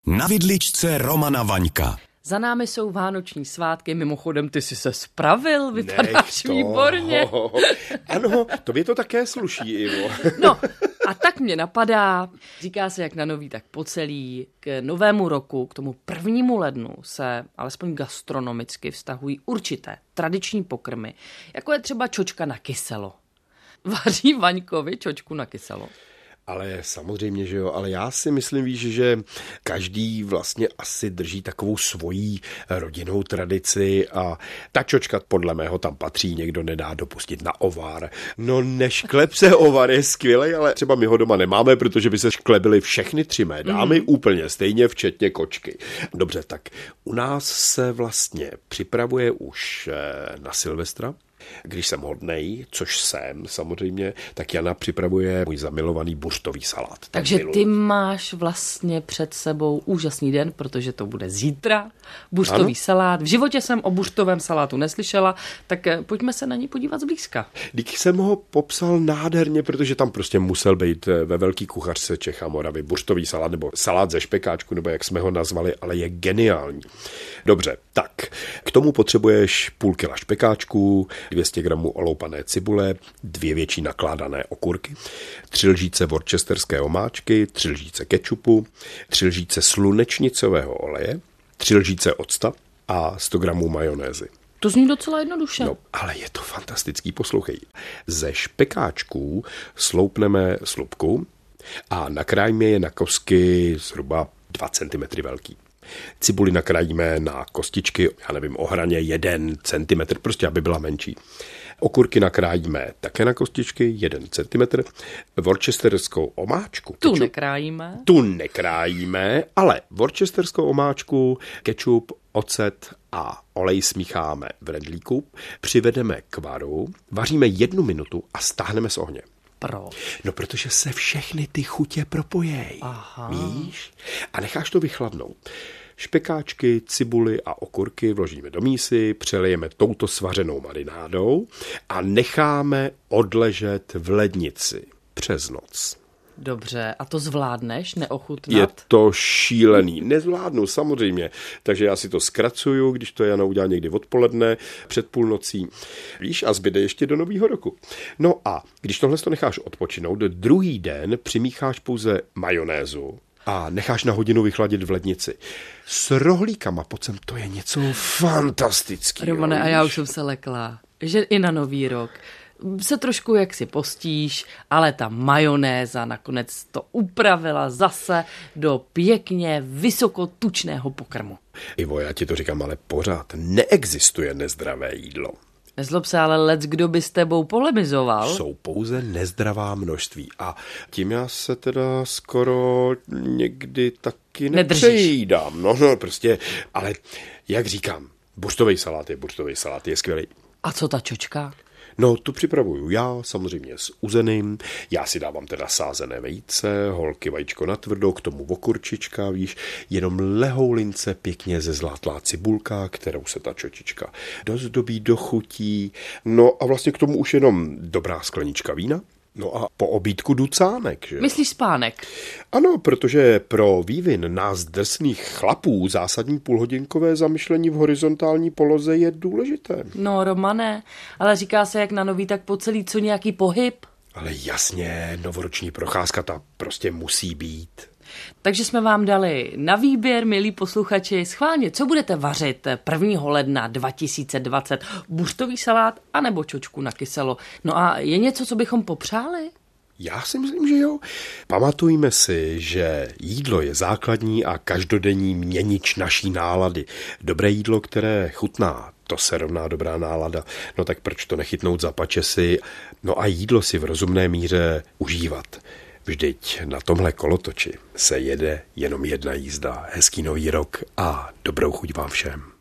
Na vidličce Romana Vaňka. Za námi jsou vánoční svátky, mimochodem ty jsi se spravil, vypadáš výborně. Ano, tobě to také sluší, Ivo. No a tak mě napadá, říká se jak na nový, tak po celý, k novému roku, k tomu 1. lednu se alespoň gastronomicky vztahují určité tradiční pokrmy, jako je třeba čočka na kyselo. Vaří Vaňkovi čočku na kyselo? Ale samozřejmě, že jo, ale já si myslím, víš, že každý vlastně asi drží takovou svojí rodinnou tradici a ta čočka podle mého tam patří, někdo nedá dopustit na ovar. No nešklep se ovar je skvělej, ale třeba my ho doma nemáme, protože by se šklebily všechny 3 mé dámy úplně stejně, včetně kočky. Dobře, tak u nás se vlastně připravuje už na Silvestra. Když jsem hodnej, což jsem samozřejmě, tak Jana připravuje můj zamilovaný buřtový salát. Takže ty máš vlastně před sebou úžasný den, protože to bude zítra. Buřtový salát. V životě jsem o buřtovém salátu neslyšela, tak pojďme se na něj podívat zblízka. Díky jsem ho popsal nádherně, protože tam prostě musel být ve velký kuchařce Čech a Moravy buřtový salát nebo salát ze špekáčku, nebo jak jsme ho nazvali, ale je geniální. Dobře, tak k tomu potřebuješ půl kila špekáčku, 200 gramů oloupané cibule, 2 větší nakládané okurky, 3 lžíce worcesterské omáčky, 3 lžíce kečupu, 3 lžíce slunečnicového oleje, 3 lžíce octa a 100 gramů majonézy. To zní docela jednoduše. No, ale je to fantastický, poslouchej. Ze špekáčků sloupneme slupku a nakrájíme je na kostky zhruba 2 cm velký. Cibuli nakrájíme na kostičky, já nevím, o hraně 1 cm, prostě aby byla menší. Okurky nakrájíme také na kostičky 1 cm. Worcesterskou omáčku. Tu nekrájíme, ale worcesterskou omáčku, kečup, ocet a olej smícháme v redlíku, přivedeme k varu, vaříme 1 minutu a stáhneme z ohně. Proč? No, protože se všechny ty chutě propojejí. Víš? A necháš to vychladnout. Špekáčky, cibuly a okurky vložíme do mísy, přelijeme touto svařenou marinádou a necháme odležet v lednici přes noc. Dobře, a to zvládneš neochutnat? Je to šílený. Nezvládnu, samozřejmě. Takže já si to zkracuju, když to Jana udělá někdy odpoledne, před půlnocí. Víš, a zbyde ještě do nového roku. No a když tohle to necháš odpočinout, druhý den přimícháš pouze majonézu a necháš na hodinu vychladit v lednici. S rohlíkama pod sem, to je něco fantastického. Romane, a já už jsem se lekla, že i na nový rok se trošku jaksi postíš, ale ta majonéza nakonec to upravila zase do pěkně vysokotučného pokrmu. Ivo, já ti to říkám, ale pořád neexistuje nezdravé jídlo. Nezlob se, ale lec, kdo by s tebou polemizoval. Jsou pouze nezdravá množství a tím já se teda skoro někdy taky nepřejídám. No, prostě, ale jak říkám, buřtový salát je skvělý. A co ta čočka? No, tu připravuju já, samozřejmě s uzeným. Já si dávám teda sázené vejce, holky vajíčko na tvrdo, k tomu okurčička, víš, jenom lehoulince pěkně zezlátlá cibulka, kterou se ta čočička dozdobí, dochutí. No a vlastně k tomu už jenom dobrá sklenička vína. No a po obídku ducánek, že? Myslíš spánek? Ano, protože pro vývin nás drsných chlapů zásadní půlhodinkové zamyšlení v horizontální poloze je důležité. No, Romane, ale říká se jak na nový, tak po celý co nějaký pohyb? Ale jasně, novoroční procházka ta prostě musí být. Takže jsme vám dali na výběr, milí posluchači, schválně, co budete vařit 1. ledna 2020? Buřtový salát anebo čočku na kyselo? No a je něco, co bychom popřáli? Já si myslím, že jo. Pamatujme si, že jídlo je základní a každodenní měnič naší nálady. Dobré jídlo, které chutná, to se rovná dobrá nálada. No tak proč to nechytnout za pačesy? No a jídlo si v rozumné míře užívat. Vždyť na tomhle kolotoči se jede jenom jedna jízda. Hezký nový rok a dobrou chuť vám všem.